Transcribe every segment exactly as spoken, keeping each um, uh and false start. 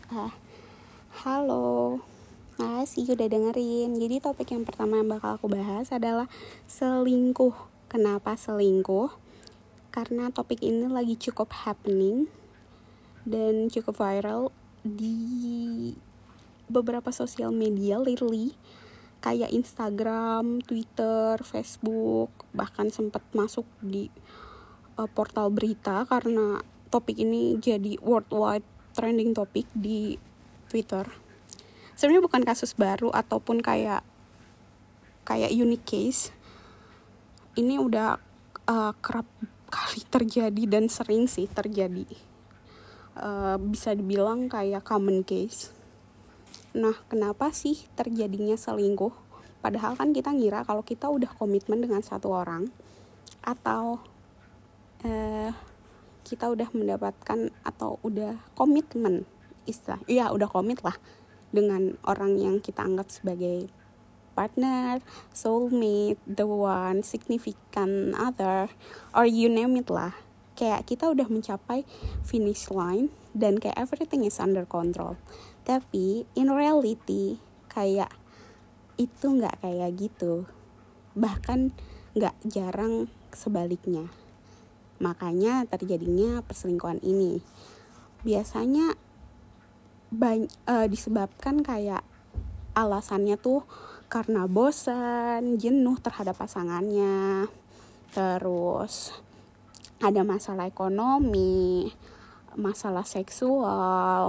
Ah, halo, makasih udah dengerin. Jadi topik yang pertama yang bakal aku bahas adalah selingkuh. Kenapa selingkuh? Karena topik ini lagi cukup happening dan cukup viral di beberapa sosial media lately, kayak Instagram, Twitter, Facebook, bahkan sempat masuk di uh, portal berita karena topik ini jadi worldwide trending topik di Twitter. Sebenarnya bukan kasus baru ataupun kayak kayak unique case. Ini udah uh, kerap kali terjadi dan sering sih terjadi. Uh, bisa dibilang kayak common case. Nah, kenapa sih terjadinya selingkuh? Padahal kan kita ngira kalau kita udah komitmen dengan satu orang atau uh, kita udah mendapatkan atau udah komitmen istilah, ya udah komit lah dengan orang yang kita anggap sebagai partner, soulmate, the one, significant other, or you name it lah. Kayak kita udah mencapai finish line dan kayak everything is under control. Tapi in reality kayak itu nggak kayak gitu. Bahkan nggak jarang sebaliknya. Makanya terjadinya perselingkuhan ini. Biasanya bany- uh, disebabkan kayak alasannya tuh karena bosan, jenuh terhadap pasangannya, terus ada masalah ekonomi, masalah seksual,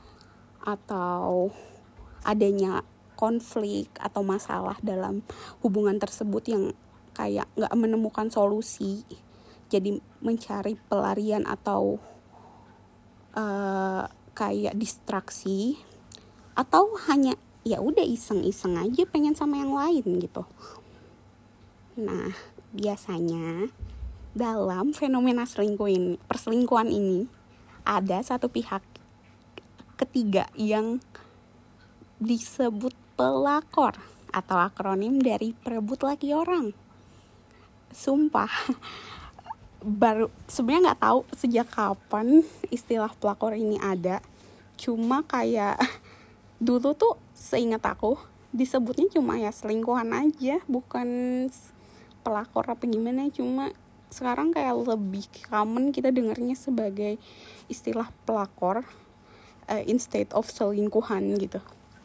atau adanya konflik atau masalah dalam hubungan tersebut yang kayak gak menemukan solusi, jadi mencari pelarian atau uh, kayak distraksi, atau hanya ya udah iseng-iseng aja pengen sama yang lain gitu. Nah, biasanya dalam fenomena selingkuh ini, perselingkuhan ini ada satu pihak ketiga yang disebut pelakor atau akronim dari perebut laki orang. Sumpah, baru sebenarnya nggak tahu sejak kapan istilah pelakor ini ada. Cuma kayak dulu tuh seingat aku disebutnya cuma ya selingkuhan aja, bukan pelakor apa gimana. Cuma sekarang kayak lebih common kita dengarnya sebagai istilah pelakor uh, instead of selingkuhan gitu.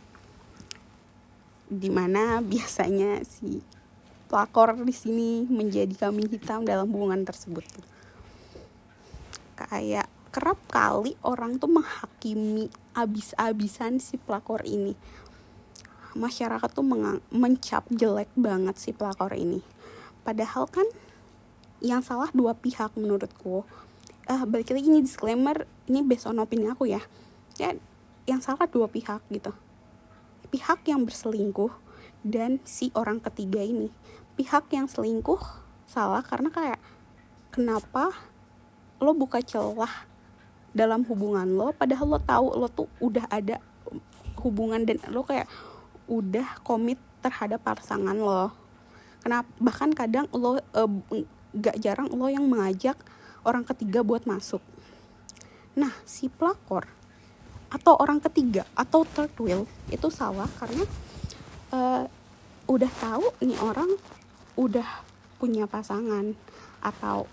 Dimana biasanya si pelakor di sini menjadi kambing hitam dalam hubungan tersebut. Kayak kerap kali orang tuh menghakimi abis-abisan si pelakor ini. Masyarakat tuh mengang- mencap jelek banget si pelakor ini. Padahal kan yang salah dua pihak menurutku. Uh, balik lagi ini disclaimer, ini based on opini aku ya. Ya, yang salah dua pihak gitu. Pihak yang berselingkuh dan si orang ketiga ini. Pihak yang selingkuh salah karena kayak kenapa lo buka celah dalam hubungan lo padahal lo tahu lo tuh udah ada hubungan dan lo kayak udah komit terhadap pasangan lo. Kenapa bahkan kadang lo uh, gak jarang lo yang mengajak orang ketiga buat masuk. Nah, si pelakor atau orang ketiga atau third wheel itu salah karena uh, udah tahu nih orang udah punya pasangan atau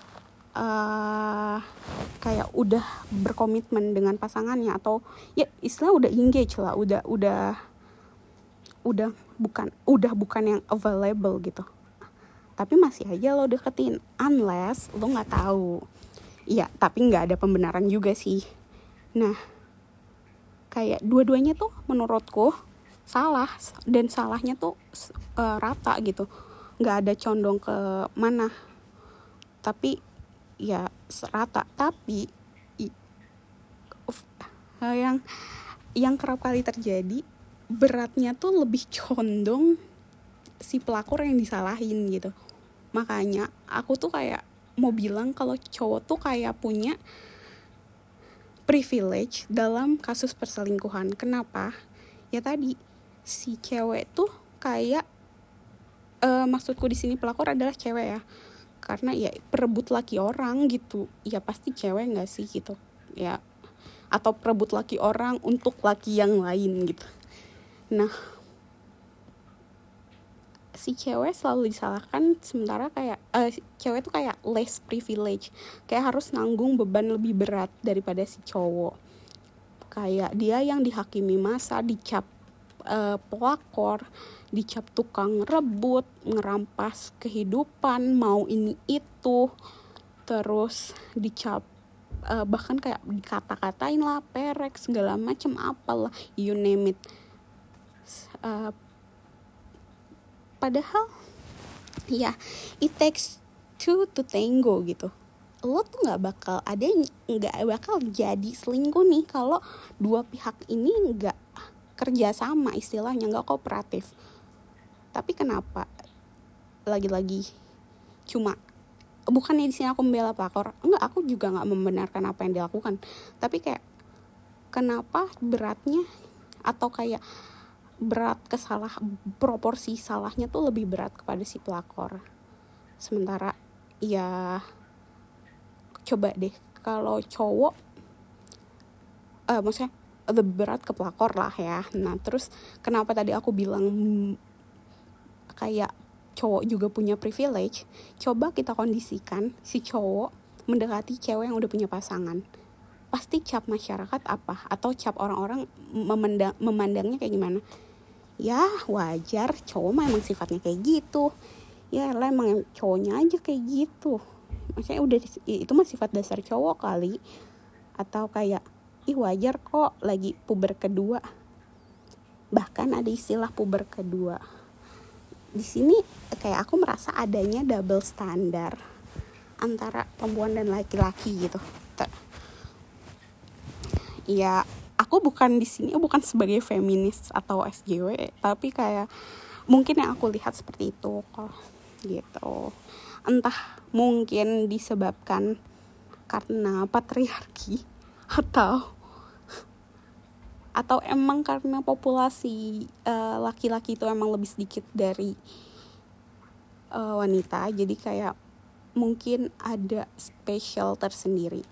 uh, kayak udah berkomitmen dengan pasangannya atau ya istilah udah engage lah, udah udah udah bukan udah bukan yang available gitu. Tapi masih aja lo deketin unless lo nggak tahu. Iya, tapi nggak ada pembenaran juga sih. Nah, kayak dua-duanya tuh menurutku salah dan salahnya tuh uh, rata gitu, nggak ada condong ke mana, tapi ya rata. Tapi uh, yang yang kerap kali terjadi beratnya tuh lebih condong si pelakor yang disalahin gitu. Makanya aku tuh kayak mau bilang kalau cowok tuh kayak punya privilege dalam kasus perselingkuhan. Kenapa? Ya tadi si cewek tuh kayak uh, maksudku di sini pelakor adalah cewek ya. Karena ya perebut laki orang gitu. Ya pasti cewek enggak sih gitu. Ya atau perebut laki orang untuk laki yang lain gitu. Nah, si cewek selalu disalahkan, sementara kayak uh, cewek tuh kayak less privilege, kayak harus nanggung beban lebih berat daripada si cowok. Kayak dia yang dihakimi masa, dicap uh, pelakor, dicap tukang rebut, ngerampas kehidupan, mau ini itu, terus dicap uh, bahkan kayak dikata-katain lah, perek segala macam apalah, you name it. Uh, padahal ya it takes two to tango gitu. Lo tuh nggak bakal ada nggak bakal jadi selingkuh nih kalau dua pihak ini nggak kerja sama, istilahnya nggak kooperatif. Tapi kenapa lagi-lagi cuma, bukannya di sini aku membela pelakor, enggak, aku juga nggak membenarkan apa yang dilakukan, tapi kayak kenapa beratnya atau kayak berat kesalah proporsi salahnya tuh lebih berat kepada si pelakor. Sementara ya coba deh kalau cowok uh, maksudnya lebih berat ke pelakor lah ya. Nah terus kenapa tadi aku bilang hmm, kayak cowok juga punya privilege. Coba kita kondisikan si cowok mendekati cewek yang udah punya pasangan, pasti cap masyarakat apa, atau cap orang-orang memandang, memandangnya kayak gimana? Ya wajar, cowok mah emang sifatnya kayak gitu. Ya lah emang cowoknya aja kayak gitu. Maksudnya udah itu mah sifat dasar cowok kali. Atau kayak ih wajar kok lagi puber kedua. Bahkan ada istilah puber kedua. Di sini kayak aku merasa adanya double standar antara perempuan dan laki-laki gitu. Ya aku bukan di sini bukan sebagai feminis atau S J W, tapi kayak mungkin yang aku lihat seperti itu kok gitu. Entah mungkin disebabkan karena patriarki atau atau emang karena populasi uh, laki-laki itu emang lebih sedikit dari uh, wanita, jadi kayak mungkin ada spesial tersendiri.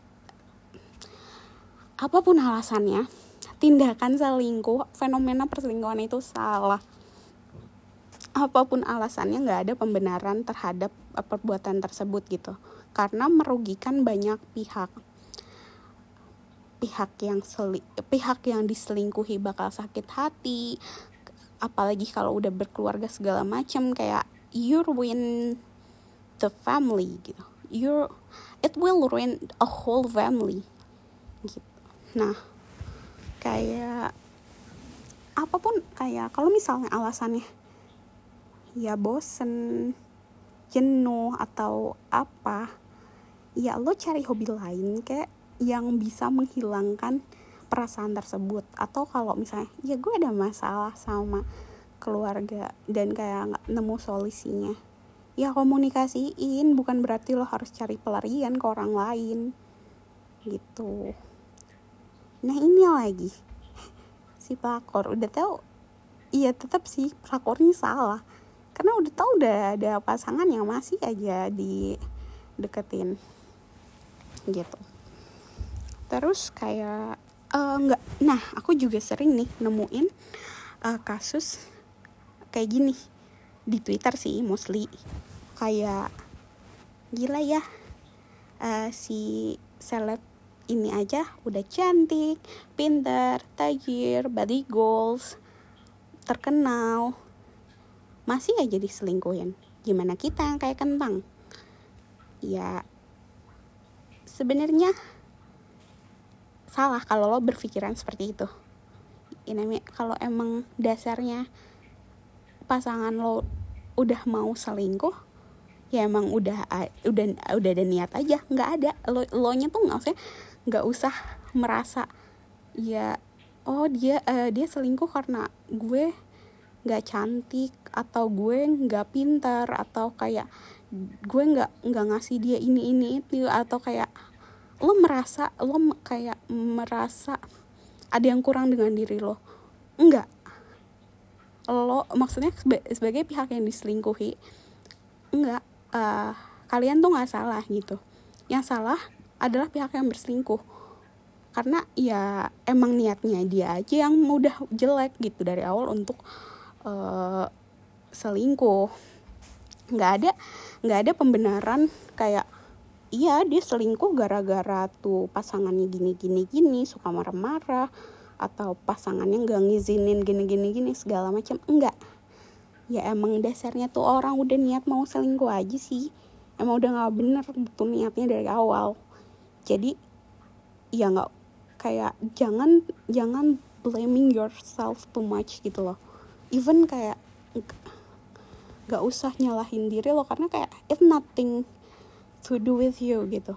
Apapun alasannya, tindakan selingkuh, fenomena perselingkuhan itu salah. Apapun alasannya, nggak ada pembenaran terhadap perbuatan tersebut gitu, karena merugikan banyak pihak. Pihak yang seli, pihak yang diselingkuhi bakal sakit hati, apalagi kalau udah berkeluarga segala macam, kayak you ruin the family gitu. You, it will ruin a whole family gitu. Nah, kayak apapun, kayak kalau misalnya alasannya ya bosen, jenuh atau apa, ya lo cari hobi lain kayak yang bisa menghilangkan perasaan tersebut. Atau kalau misalnya ya gue ada masalah sama keluarga dan kayak nggak nemu solusinya, ya komunikasiin, bukan berarti lo harus cari pelarian ke orang lain gitu. Nah ini lagi si pelakor udah tahu, iya tetap sih pelakornya salah, karena udah tahu udah ada pasangan yang masih aja dideketin gitu. Terus kayak uh, nggak, nah aku juga sering nih nemuin uh, kasus kayak gini di Twitter sih, mostly kayak gila ya, uh, si seleb ini aja udah cantik, pintar, tajir, body goals, terkenal, masih aja diselingkuhin. Gimana kita yang kayak kentang? Ya sebenarnya salah kalau lo berpikiran seperti itu. Ini kalau emang dasarnya pasangan lo udah mau selingkuh, ya emang udah udah udah ada niat aja, nggak ada lo lo nya tuh nggak usah nggak usah merasa ya oh dia uh, dia selingkuh karena gue nggak cantik atau gue nggak pintar atau kayak gue nggak nggak ngasih dia ini ini itu, atau kayak lo merasa lo kayak merasa ada yang kurang dengan diri lo. Enggak, lo maksudnya sebagai pihak yang diselingkuhi, enggak, uh, kalian tuh nggak salah gitu. Yang salah adalah pihak yang berselingkuh. karena ya emang niatnya dia aja yang udah jelek gitu dari awal untuk uh, selingkuh. Nggak ada nggak ada pembenaran kayak iya dia selingkuh gara-gara tuh pasangannya gini gini gini suka marah-marah, atau pasangannya nggak ngizinin gini gini gini segala macam. Enggak, ya emang dasarnya tuh orang udah niat mau selingkuh aja sih, emang udah nggak bener tuh niatnya dari awal. Jadi ya nggak, kayak jangan jangan blaming yourself too much gitu loh. Even kayak nggak usah nyalahin diri lo, karena kayak it nothing to do with you gitu.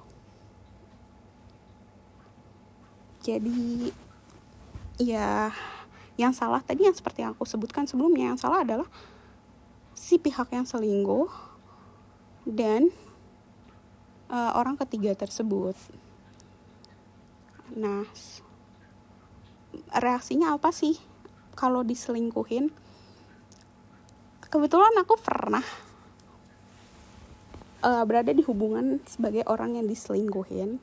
Jadi ya yang salah tadi yang seperti yang aku sebutkan sebelumnya, yang salah adalah si pihak yang selingkuh dan uh, orang ketiga tersebut. Nah, reaksinya apa sih kalau diselingkuhin? Kebetulan aku pernah uh, berada di hubungan sebagai orang yang diselingkuhin.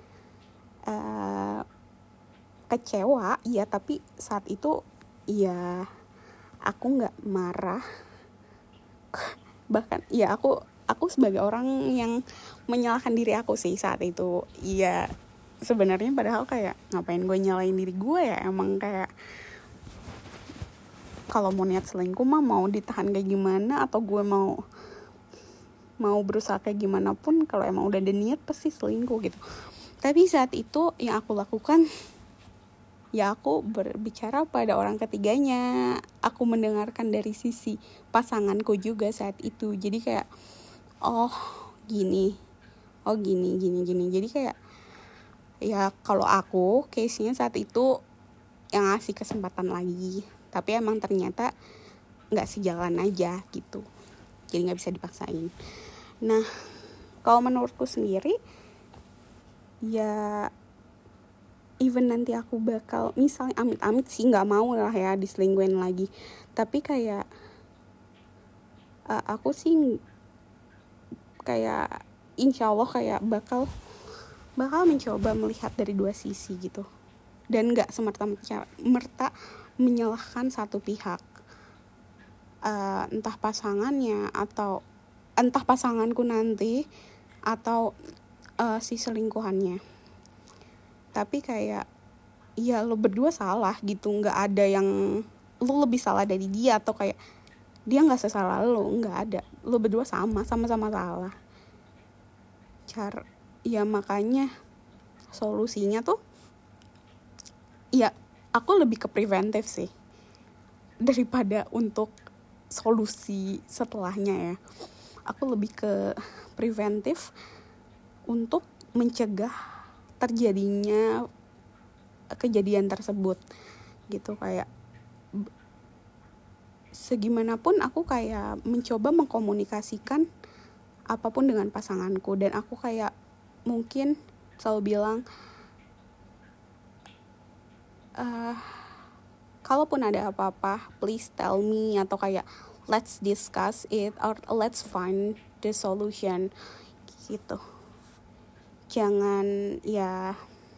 Uh, kecewa, iya, tapi saat itu ya aku nggak marah. Bahkan ya aku aku sebagai orang yang menyalahkan diri aku sih saat itu. Iya, sebenarnya padahal kayak ngapain gue nyalain diri gue ya, emang kayak kalau mau niat selingkuh mah mau ditahan kayak gimana, atau gue mau mau berusaha kayak gimana pun, kalau emang udah ada niat pasti selingkuh gitu. Tapi saat itu yang aku lakukan ya aku berbicara pada orang ketiganya, aku mendengarkan dari sisi pasanganku juga saat itu. Jadi kayak oh gini, oh gini gini gini. Jadi kayak ya kalau aku case-nya saat itu yang ngasih kesempatan lagi, tapi emang ternyata nggak sejalan aja gitu, jadi nggak bisa dipaksain. Nah, kalau menurutku sendiri ya even nanti aku bakal misalnya amit-amit sih nggak mau lah ya diselingkuhin lagi, tapi kayak uh, aku sih kayak insya Allah kayak bakal bakal mencoba melihat dari dua sisi gitu, dan nggak semerta-merta menyalahkan satu pihak, uh, entah pasangannya atau entah pasanganku nanti atau uh, si selingkuhannya. Tapi kayak ya lo berdua salah gitu, nggak ada yang lo lebih salah dari dia atau kayak dia nggak sesalah lo, nggak ada, lo berdua sama sama-sama salah. Cara ya makanya solusinya tuh ya aku lebih ke preventif sih daripada untuk solusi setelahnya ya. Aku lebih ke preventif untuk mencegah terjadinya kejadian tersebut gitu. Kayak segimanapun aku kayak mencoba mengkomunikasikan apapun dengan pasanganku, dan aku kayak mungkin selalu bilang uh, kalaupun ada apa-apa please tell me, atau kayak let's discuss it or let's find the solution gitu. Jangan ya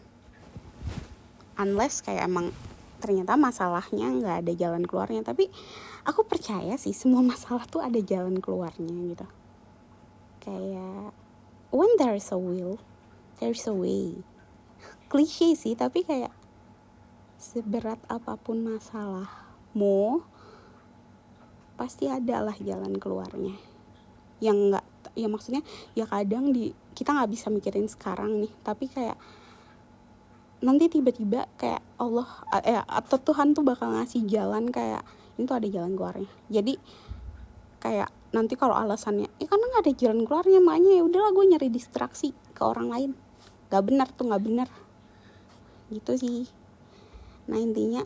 unless kayak emang ternyata masalahnya nggak ada jalan keluarnya. Tapi aku percaya sih semua masalah tuh ada jalan keluarnya gitu. Kayak when there is a will there is a way. Klise sih, tapi kayak seberat apapun masalahmu pasti ada lah jalan keluarnya. Yang nggak, ya maksudnya ya kadang di kita nggak bisa mikirin sekarang nih, tapi kayak nanti tiba-tiba kayak Allah eh, atau Tuhan tuh bakal ngasih jalan, kayak ini tuh ada jalan keluarnya. Jadi kayak nanti kalau alasannya ya karena nggak ada jalan keluarnya, makanya ya udahlah gue nyari distraksi ke orang lain, nggak benar tuh, nggak benar gitu sih. Nah intinya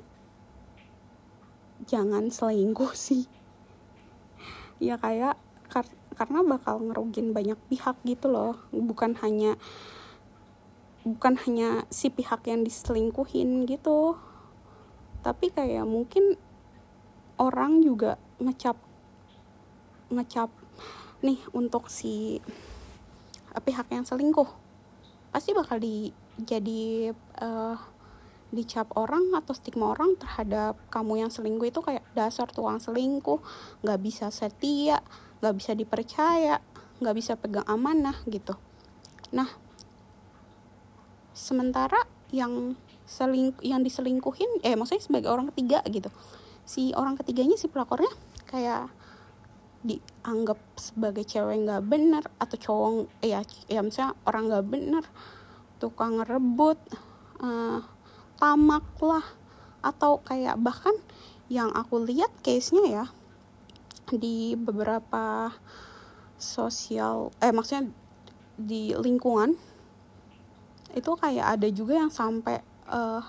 jangan selingkuh sih ya, kayak kar- karena bakal ngerugin banyak pihak gitu loh, bukan hanya bukan hanya si pihak yang diselingkuhin gitu, tapi kayak mungkin orang juga ngecap ngecap nih untuk si pihak yang selingkuh pasti bakal di jadi uh, dicap orang atau stigma orang terhadap kamu yang selingkuh itu kayak dasar tukang selingkuh, nggak bisa setia, nggak bisa dipercaya, nggak bisa pegang amanah gitu. Nah, sementara yang seling yang diselingkuhin, eh maksudnya sebagai orang ketiga gitu, si orang ketiganya si pelakornya kayak dianggap sebagai cewek nggak bener atau cowok ya ya misalnya orang nggak bener, tukang ngerebut, uh, tamak lah, atau kayak bahkan yang aku lihat case-nya ya di beberapa sosial eh maksudnya di lingkungan itu kayak ada juga yang sampai uh,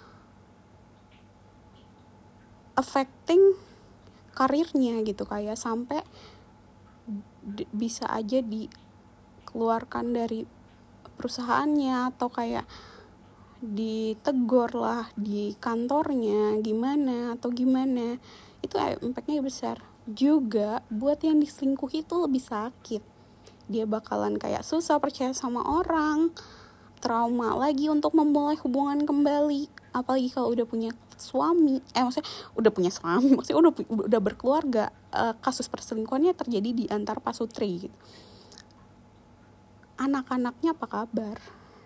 affecting karirnya gitu, kayak sampai d- bisa aja dikeluarkan dari perusahaannya atau kayak ditegur lah di kantornya gimana atau gimana. Itu impact-nya besar. Juga buat yang diselingkuhi itu lebih sakit, dia bakalan kayak susah percaya sama orang, trauma lagi untuk memulai hubungan kembali, apalagi kalau udah punya suami eh maksudnya udah punya suami maksudnya udah udah berkeluarga. Uh, kasus perselingkuhannya terjadi di antar pasutri gitu. Anak-anaknya apa kabar,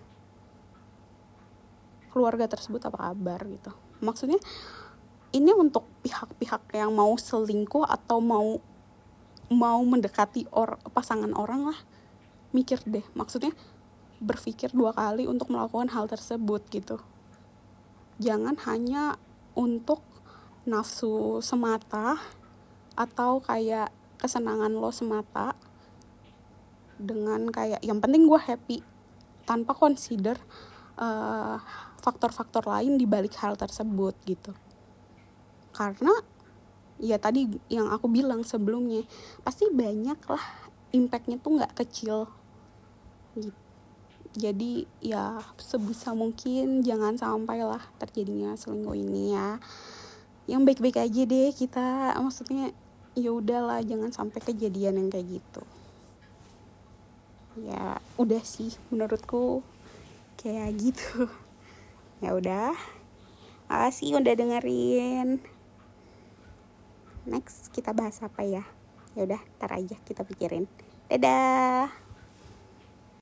keluarga tersebut apa kabar gitu. Maksudnya ini untuk pihak-pihak yang mau selingkuh atau mau mau mendekati or, pasangan orang lah, mikir deh, maksudnya berpikir dua kali untuk melakukan hal tersebut gitu. Jangan hanya untuk nafsu semata atau kayak kesenangan lo semata, dengan kayak yang penting gue happy tanpa consider uh, faktor-faktor lain di balik hal tersebut gitu. Karena ya tadi yang aku bilang sebelumnya, pasti banyak lah impactnya tuh nggak kecil gitu. Jadi ya sebisa mungkin jangan sampai lah terjadinya selingkuh ini ya. Yang baik-baik aja deh kita, maksudnya ya udahlah, jangan sampai kejadian yang kayak gitu. Ya udah sih menurutku kayak gitu. Ya udah, makasih udah dengerin. Next kita bahas apa ya? Ya udah, ntar aja kita pikirin. Dadah.